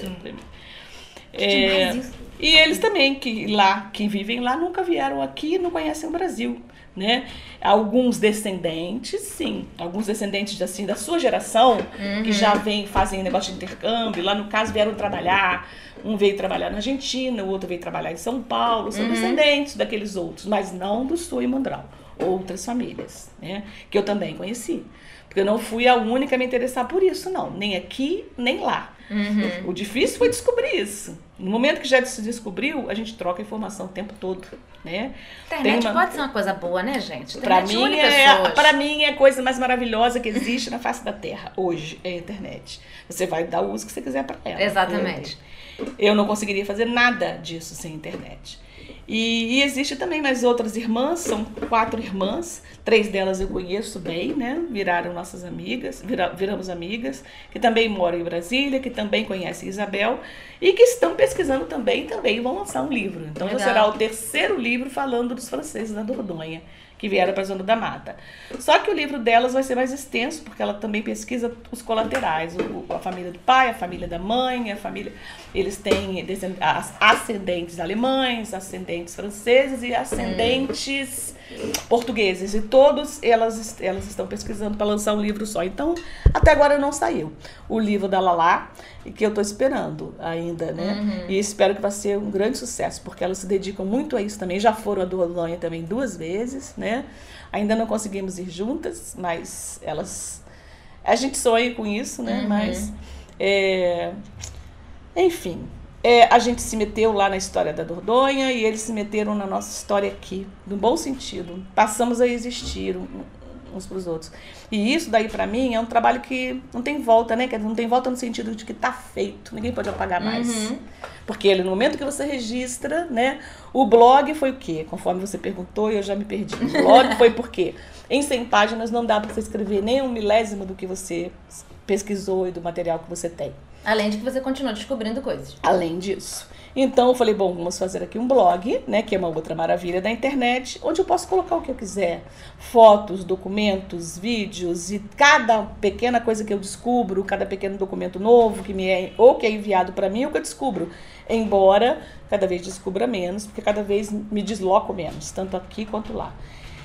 Que é, demais isso. E eles também, que lá, que vivem lá, nunca vieram aqui e não conhecem o Brasil, né? Alguns descendentes, sim, alguns descendentes assim, da sua geração, uhum. que já vêm, fazem negócio de intercâmbio, lá no caso vieram trabalhar, um veio trabalhar na Argentina, o outro veio trabalhar em São Paulo, são uhum. descendentes daqueles outros, mas não do Sul e Mandral, outras famílias, né? Que eu também conheci. Porque eu não fui a única a me interessar por isso, não. Nem aqui, nem lá. Uhum. O difícil foi descobrir isso. No momento que já se descobriu, a gente troca informação o tempo todo, né? Internet uma... pode ser uma coisa boa, né, gente? Para mim, é, para mim é a coisa mais maravilhosa que existe na face da Terra hoje, é a internet. Você vai dar o uso que você quiser para ela. Exatamente. Eu não conseguiria fazer nada disso sem internet. E, e existe também mais outras irmãs, são quatro irmãs, três delas eu conheço bem, né? Viraram nossas amigas, vira, viramos amigas, que também moram em Brasília, que também conhecem Isabel e que estão pesquisando também, também vão lançar um livro. Então já será o terceiro livro falando dos franceses da Dordogne, que vieram para a Zona da Mata. Só que o livro delas vai ser mais extenso, porque ela também pesquisa os colaterais, o, a família do pai, a família da mãe, a família... Eles têm ascendentes alemães, ascendentes franceses e ascendentes uhum. portugueses. E todos elas, elas estão pesquisando para lançar um livro só. Então, até agora não saiu o livro da Lala, e que eu estou esperando ainda, né? Uhum. E espero que vai ser um grande sucesso, porque elas se dedicam muito a isso também. Já foram a Dordogne também duas vezes, né? Ainda não conseguimos ir juntas, mas elas... A gente sonha com isso, né? Uhum. Mas... É... Enfim, é, a gente se meteu lá na história da Dordogne e eles se meteram na nossa história aqui, no bom sentido. Passamos a existir uns para os outros. E isso daí, para mim, é um trabalho que não tem volta, né? Não tem volta no sentido de que tá feito, ninguém pode apagar mais. Uhum. Porque ele, no momento que você registra, né? O blog foi o quê? Conforme você perguntou, eu já me perdi. O blog foi por quê? Em cem páginas não dá para você escrever nem um milésimo do que você pesquisou e do material que você tem. Além de que você continua descobrindo coisas. Além disso. Então eu falei, bom, vamos fazer aqui um blog, né, que é uma outra maravilha da internet, onde eu posso colocar o que eu quiser. Fotos, documentos, vídeos, e cada pequena coisa que eu descubro, cada pequeno documento novo que me é, ou que é enviado para mim, ou que eu descubro. Embora cada vez descubra menos, porque cada vez me desloco menos, tanto aqui quanto lá.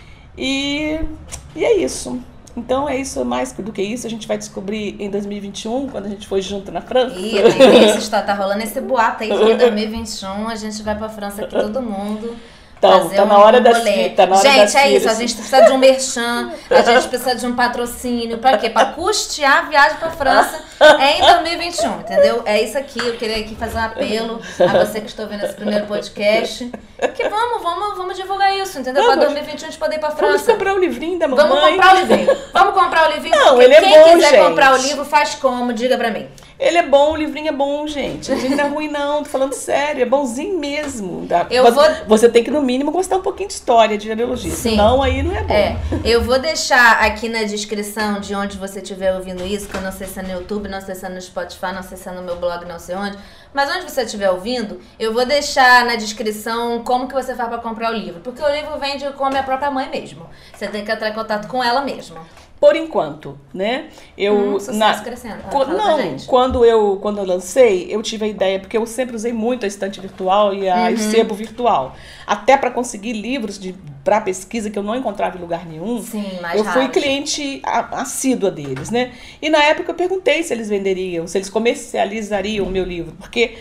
E, e é isso. Então é isso, mais do que isso, a gente vai descobrir em dois mil e vinte e um, quando a gente for junto na França. Ih, tem isso, tá, tá rolando esse boato aí que em dois mil e vinte e um a gente vai pra França aqui todo mundo. Então, tá, um na hora das fi- tá na hora Gente, das é filhas. isso, a gente precisa de um merchan, a gente precisa de um patrocínio, pra quê? Pra custear a viagem pra França em dois mil e vinte e um, entendeu? É isso aqui, eu queria aqui fazer um apelo a você que está vendo esse primeiro podcast, que vamos, vamos, vamos divulgar isso, entendeu? Pra dois mil e vinte e um a gente poder ir pra França. Vamos comprar o livrinho da mamãe. Vamos comprar o livrinho, vamos comprar o livrinho, Não, porque ele é quem bom, quiser gente. comprar o livro faz como? Diga pra mim. Ele é bom, o livrinho é bom, gente. O livrinho não é ruim, não. Tô falando sério, é bonzinho mesmo. Eu você, vou... você tem que, no mínimo, gostar um pouquinho de história, de genealogia. Sim. Senão, aí não é bom. É, eu vou deixar aqui na descrição de onde você estiver ouvindo isso, que eu não sei se é no YouTube, não sei se é no Spotify, não sei se é no meu blog, não sei onde. Mas onde você estiver ouvindo, eu vou deixar na descrição como que você faz pra comprar o livro. Porque o livro vende com a minha própria mãe mesmo. Você tem que entrar em contato com ela mesma. Por enquanto, né? Eu hum, sucesso na crescendo. Qu não, quando eu quando eu lancei, eu tive a ideia porque eu sempre usei muito a estante virtual e a, uhum. o sebo virtual, até para conseguir livros de para pesquisa que eu não encontrava em lugar nenhum. Sim, mais eu fui raros. cliente assídua deles, né? E na época eu perguntei se eles venderiam, se eles comercializariam o meu livro, porque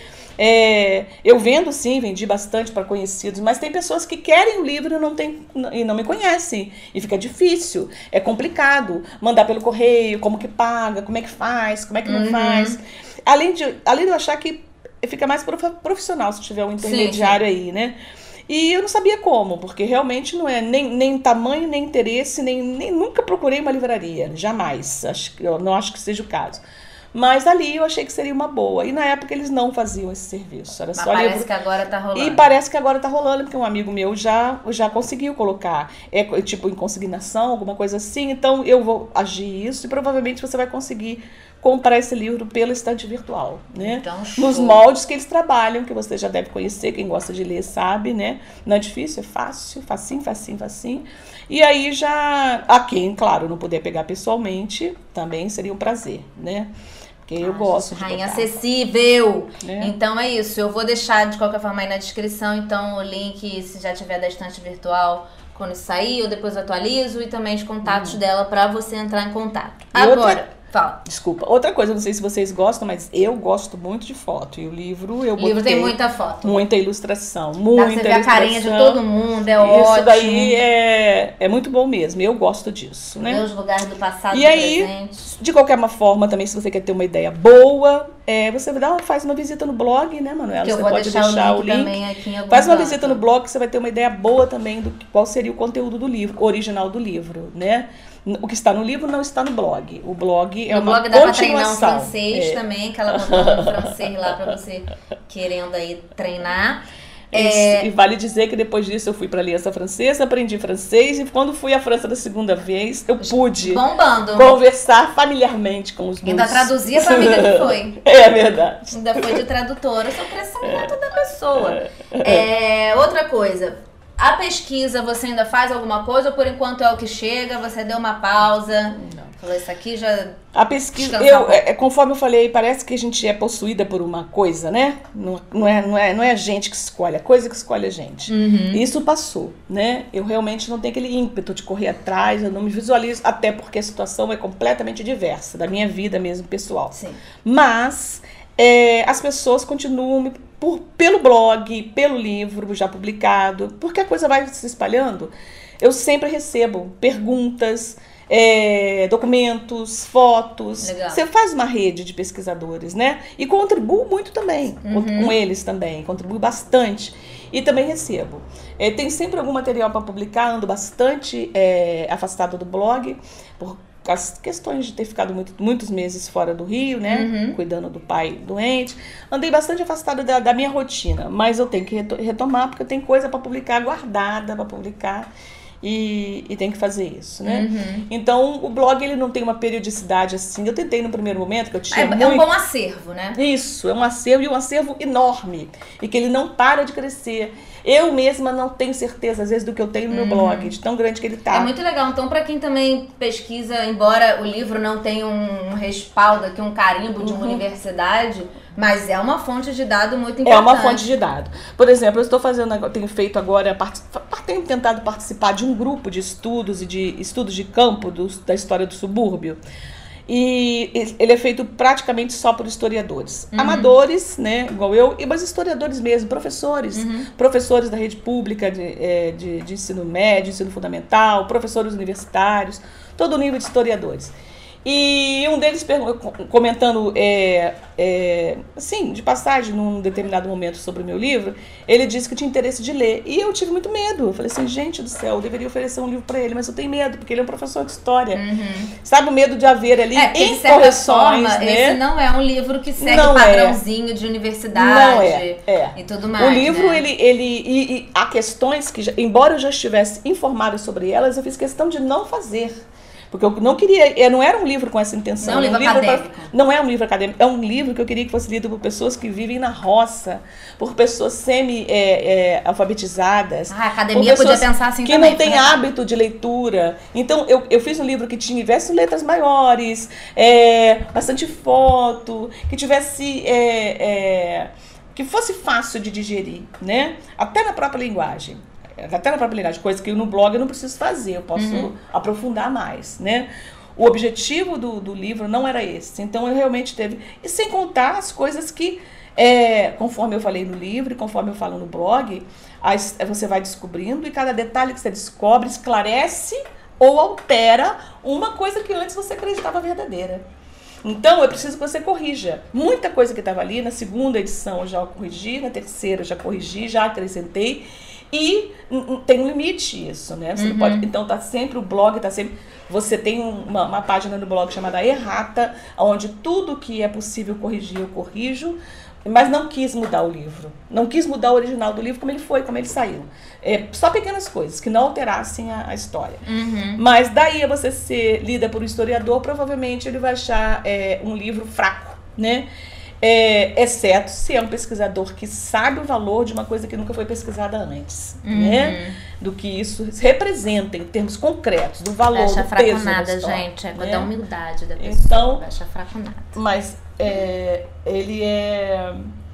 É, eu vendo sim, vendi bastante para conhecidos, mas tem pessoas que querem o livro e não, tem, e não me conhecem. E fica difícil, é complicado mandar pelo correio, como que paga, como é que faz, como é que não uhum. faz. Além de, além de eu achar que fica mais profissional se tiver um intermediário sim, sim. aí, né? E eu não sabia como, porque realmente não é nem, nem tamanho, nem interesse, nem, nem nunca procurei uma livraria, jamais. Acho, eu não acho que seja o caso. Mas ali eu achei que seria uma boa. E na época eles não faziam esse serviço. Era Mas só parece livro. que agora tá rolando. E parece que agora tá rolando, porque um amigo meu já, já conseguiu colocar. É tipo em consignação, alguma coisa assim. Então eu vou agir isso e provavelmente você vai conseguir comprar esse livro pela estante virtual, né? Então, show. Nos moldes que eles trabalham, que você já deve conhecer, quem gosta de ler sabe, né? Não é difícil, é fácil, facinho, facinho, facinho. E aí já, a quem, claro, não puder pegar pessoalmente, também seria um prazer, né? Porque eu ah, gosto de rainha botar. Acessível. É. Então é isso. Eu vou deixar de qualquer forma aí na descrição, então o link, se já tiver da estante virtual, quando sair, eu depois atualizo, e também os contatos hum. dela pra você entrar em contato. E Agora, outra... fala. Desculpa. Outra coisa, não sei se vocês gostam, mas eu gosto muito de foto. E o livro, eu O livro tem muita foto. Muita ilustração. Muita Dá pra você ver ilustração. a carinha de todo mundo, é Isso ótimo. Isso daí é, é muito bom mesmo. Eu gosto disso, né? Ver os lugares do passado e do aí, presente. De qualquer forma, também, se você quer ter uma ideia boa, é, você dá, faz uma visita no blog, né, Manuela? Que eu você vou pode deixar, deixar o link, o link. também aqui em algum Faz uma canto. visita no blog que você vai ter uma ideia boa também do que, qual seria o conteúdo do livro, original do livro, né? O que está no livro não está no blog. O blog é no uma blog dá continuação. pra treinar um francês é. também, que ela botou um francês lá pra você querendo aí treinar. É... E vale dizer que depois disso eu fui para a Aliança Francesa, aprendi francês, e quando fui à França da segunda vez, eu pude Bombando. conversar familiarmente com os meus... Ainda traduzia pra amiga que foi. É verdade. Ainda foi de tradutora, só crescimento é. da pessoa. É, outra coisa... A pesquisa, você ainda faz alguma coisa ou por enquanto é o que chega, você deu uma pausa? Não. Falou, isso aqui já... A pesquisa, eu, é, conforme eu falei, parece que a gente é possuída por uma coisa, né? Não, não, é, não, é, não é a gente que escolhe, é a coisa que escolhe a gente. Uhum. Isso passou, né? Eu realmente não tenho aquele ímpeto de correr atrás, eu não me visualizo, até porque a situação é completamente diversa, da minha vida mesmo, pessoal. Sim. Mas... É, as pessoas continuam me, por, pelo blog, pelo livro já publicado, porque a coisa vai se espalhando. Eu sempre recebo perguntas, é, documentos, fotos. Legal. Você faz uma rede de pesquisadores, né? E contribuo muito também, uhum. com, com eles também, contribuo bastante. E também recebo. É, tem sempre algum material para publicar, ando bastante é, afastada do blog, por as questões de ter ficado muito, muitos meses fora do Rio, né? Uhum. Cuidando do pai doente. Andei bastante afastada da, da minha rotina, mas eu tenho que retomar, porque eu tenho coisa para publicar, guardada para publicar. E, e tem que fazer isso, né? Uhum. Então, o blog, ele não tem uma periodicidade assim. Eu tentei no primeiro momento, que eu tinha é, muito... é um bom acervo, né? Isso, é um acervo, e um acervo enorme. E que ele não para de crescer. Eu mesma não tenho certeza, às vezes, do que eu tenho no meu uhum. blog, de tão grande que ele tá. É muito legal. Então, para quem também pesquisa, embora o livro não tenha um respaldo aqui, um carimbo de uma uhum. universidade, mas é uma fonte de dado muito importante. É uma fonte de dado. Por exemplo, eu estou fazendo, tenho feito agora, tenho tentado participar de um grupo de estudos e de estudos de campo do, da história do subúrbio. E ele é feito praticamente só por historiadores. Uhum. Amadores, né, igual eu, e mas historiadores mesmo, professores. Uhum. Professores da rede pública de, é, de, de ensino médio, ensino fundamental, professores universitários, todo o nível de historiadores. E um deles comentando, é, é, assim, de passagem, num determinado momento sobre o meu livro, ele disse que tinha interesse de ler. E eu tive muito medo. Eu falei assim, gente do céu, eu deveria oferecer um livro para ele, mas eu tenho medo, porque ele é um professor de história. Uhum. Sabe o medo de haver ali é, incorreções, forma, né? Esse não é um livro que segue não padrãozinho é. de universidade não é. É. e tudo mais. O livro, né? ele, ele e, e há questões que, já, embora eu já estivesse informada sobre elas, eu fiz questão de não fazer. Porque eu não queria, eu não era um livro com essa intenção. Não é um livro, um livro acadêmico. Pra, não é um livro acadêmico, é um livro que eu queria que fosse lido por pessoas que vivem na roça, por pessoas semi-alfabetizadas. É, é, ah, a academia podia pensar assim que também. Que não tem hábito de leitura. Então, eu, eu fiz um livro que tivesse letras maiores, é, bastante foto, que tivesse... É, é, que fosse fácil de digerir, né? Até na própria linguagem. Até na própria linguagem, coisa que no blog eu não preciso fazer, eu posso uhum. aprofundar mais, né? O objetivo do, do livro não era esse, então eu realmente teve... E sem contar as coisas que, é, conforme eu falei no livro e conforme eu falo no blog, as, você vai descobrindo e cada detalhe que você descobre esclarece ou altera uma coisa que antes você acreditava verdadeira. Então, eu preciso que você corrija. Muita coisa que estava ali, na segunda edição eu já corrigi, na terceira eu já corrigi, já acrescentei. E tem um limite isso, né? Você uhum. não pode, então tá sempre, o blog tá sempre... Você tem uma, uma página no blog chamada Errata, onde tudo que é possível corrigir eu corrijo, mas não quis mudar o livro. Não quis mudar o original do livro como ele foi, como ele saiu. É, só pequenas coisas, que não alterassem a, a história. Uhum. Mas daí a você ser lida por um historiador, provavelmente ele vai achar é, um livro fraco, né? É, exceto se é um pesquisador que sabe o valor de uma coisa que nunca foi pesquisada antes, uhum. né? Do que isso representa em termos concretos, do valor, acha do peso fraconada, da história, gente, é né? da humildade da pessoa, então, acha fraconada. Mas é, ele é...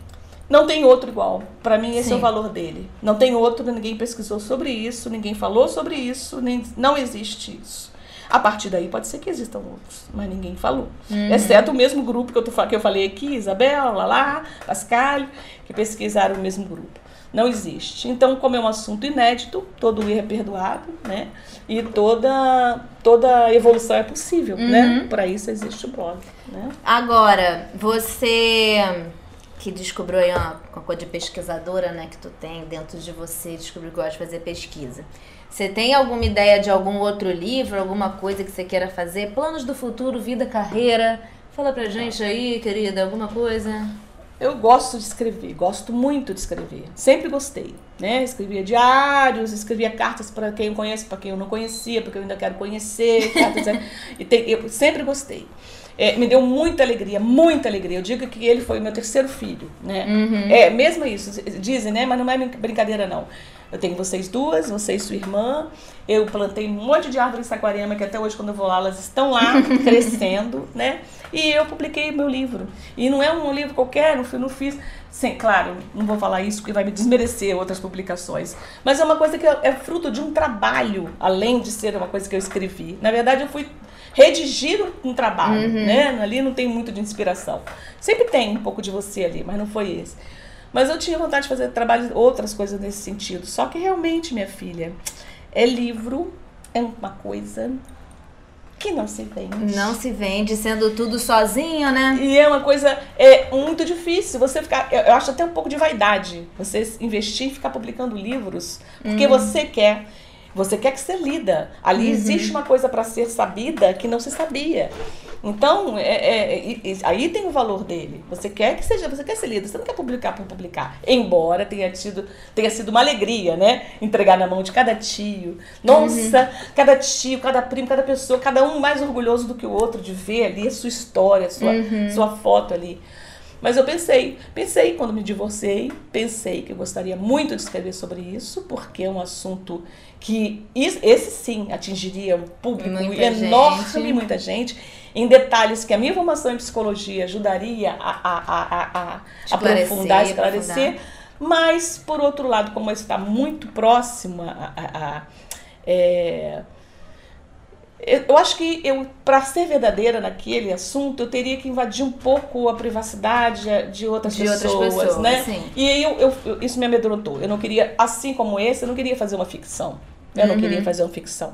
Não tem outro igual. Para mim, esse Sim. é o valor dele. Não tem outro, ninguém pesquisou sobre isso, ninguém falou sobre isso, nem, não existe isso. A partir daí pode ser que existam outros, mas ninguém falou. Uhum. Exceto o mesmo grupo que eu, tô, que eu falei aqui, Isabel, Lala, Pascal, que pesquisaram o mesmo grupo. Não existe. Então, como é um assunto inédito, todo erro é perdoado, né? E toda, toda evolução é possível, uhum. né? Para isso existe o blog, né? Agora, você... que descobriu aí uma, uma coisa de pesquisadora, né, que tu tem dentro de você, descobriu que gosta de fazer pesquisa. Você tem alguma ideia de algum outro livro, alguma coisa que você queira fazer? Planos do futuro, vida, carreira? Fala pra gente aí, querida, alguma coisa? Eu gosto de escrever, gosto muito de escrever. Sempre gostei, né? Escrevia diários, escrevia cartas para quem eu conheço, para quem eu não conhecia, porque eu ainda quero conhecer. Cartas, e tem, eu sempre gostei. É, me deu muita alegria, muita alegria. Eu digo que ele foi meu terceiro filho, né? Uhum. É, mesmo isso, dizem, né? Mas não é brincadeira, não. Eu tenho vocês duas, você e sua irmã. Eu plantei um monte de árvores em Saquarema, que até hoje, quando eu vou lá, elas estão lá, crescendo, né? E eu publiquei meu livro. E não é um livro qualquer, não, não fiz... Sim, claro, não vou falar isso porque vai me desmerecer outras publicações. Mas é uma coisa que é fruto de um trabalho, além de ser uma coisa que eu escrevi. Na verdade, eu fui redigir um trabalho, uhum. né? Ali não tem muito de inspiração. Sempre tem um pouco de você ali, mas não foi esse. Mas eu tinha vontade de fazer trabalho, outras coisas nesse sentido. Só que realmente, minha filha, é livro, é uma coisa que não se vende. Não se vende, sendo tudo sozinho, né? E é uma coisa é, muito difícil. Você ficar, eu, eu acho até um pouco de vaidade, você investir e ficar publicando livros, porque uhum. você quer. Você quer que ser lida. Ali uhum. existe uma coisa para ser sabida que não se sabia. Então, é, é, é, aí tem o valor dele. Você quer que seja, você quer ser lida, você não quer publicar por publicar. Embora tenha, tido, tenha sido uma alegria, né? Entregar na mão de cada tio. Nossa, uhum. cada tio, cada primo, cada pessoa, cada um mais orgulhoso do que o outro de ver ali a sua história, a sua, uhum. sua foto ali. Mas eu pensei, pensei quando me divorciei, pensei que eu gostaria muito de escrever sobre isso, porque é um assunto que, esse sim, atingiria um público muita enorme, gente. muita gente, em detalhes que a minha formação em psicologia ajudaria a, a, a, a, a aprofundar, esclarecer, aprofundar. Mas, por outro lado, como isso está muito próximo a... a, a é, eu acho que eu, para ser verdadeira naquele assunto, eu teria que invadir um pouco a privacidade de outras, de pessoas, outras pessoas, né? Sim. E aí eu, eu, isso me amedrontou. Eu não queria, assim como esse, eu não queria fazer uma ficção. Eu uhum. não queria fazer uma ficção.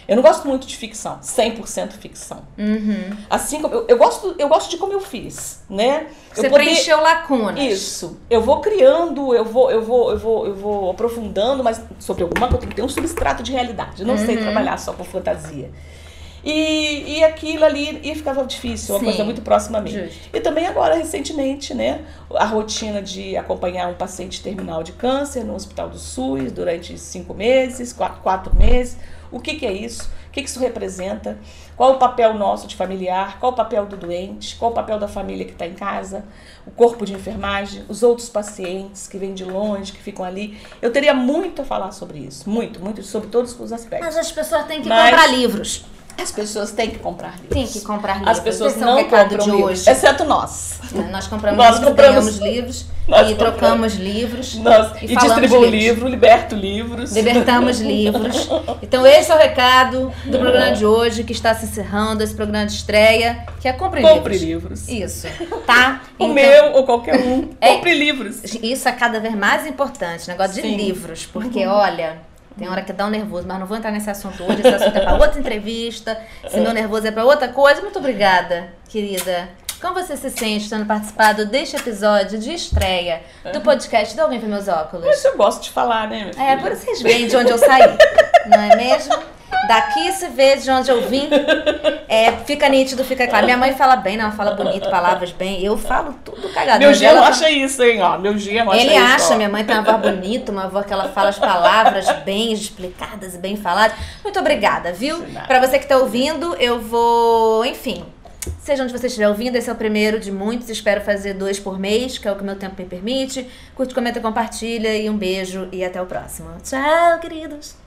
Eu não gosto muito de ficção, cem por cento ficção. Uhum. Assim como eu, eu gosto, eu gosto de como eu fiz, né? Você eu poder... preencheu lacunas. Isso. Eu vou criando, eu vou, eu vou, eu vou, eu vou aprofundando, mas sobre alguma coisa tem que ter um substrato de realidade. Eu não uhum. sei trabalhar só com fantasia. E, e aquilo ali e ficava difícil, uma Sim, coisa muito próxima a mim. Justo. E também agora, recentemente, né, a rotina de acompanhar um paciente terminal de câncer no Hospital do SUS durante cinco meses, quatro, quatro meses. O que, que é isso? O que, que isso representa? Qual o papel nosso de familiar? Qual o papel do doente? Qual o papel da família que está em casa? O corpo de enfermagem? Os outros pacientes que vêm de longe, que ficam ali? Eu teria muito a falar sobre isso. Muito, muito, sobre todos os aspectos. Mas as pessoas têm que Mas... comprar livros. As pessoas têm que comprar livros. Tem que comprar livros. As pessoas Esse não é o recado compram de livros, hoje. exceto nós. Nós compramos nós livros, compramos, ganhamos livros nós e compramos. trocamos livros. Nós, e e distribuo livro, liberto livros. Libertamos livros. Então esse é o recado do programa de hoje, que está se encerrando, esse programa de estreia, que é compre, compre livros. livros. Isso, tá? O então, meu ou qualquer um, é, compre livros. Isso é cada vez mais importante, negócio de Sim. livros, porque uhum. olha... Tem hora que dá um nervoso, mas não vou entrar nesse assunto hoje. Esse assunto é para outra entrevista. Se meu nervoso é para outra coisa. Muito obrigada, querida. Como você se sente tendo participado deste episódio de estreia do podcast do Alguém Viu Meus Óculos? Mas eu gosto de falar, né, minha filha? É, por vocês veem de onde eu saí, não é mesmo? Daqui se vê de onde eu vim. É, fica nítido, fica claro. Minha mãe fala bem, não, ela fala bonito, palavras bem. Eu falo tudo cagado. Meu genro acha isso, hein, ó. Meu genro acha isso. Ele acha, minha mãe tem uma voz bonita, uma voz que ela fala as palavras bem explicadas e bem faladas. Muito obrigada, viu? Pra você que tá ouvindo, eu vou, enfim... Seja onde você estiver ouvindo, esse é o primeiro de muitos. Espero fazer dois por mês, que é o que o meu tempo me permite. Curte, comenta, compartilha e um beijo e até o próximo. Tchau, queridos!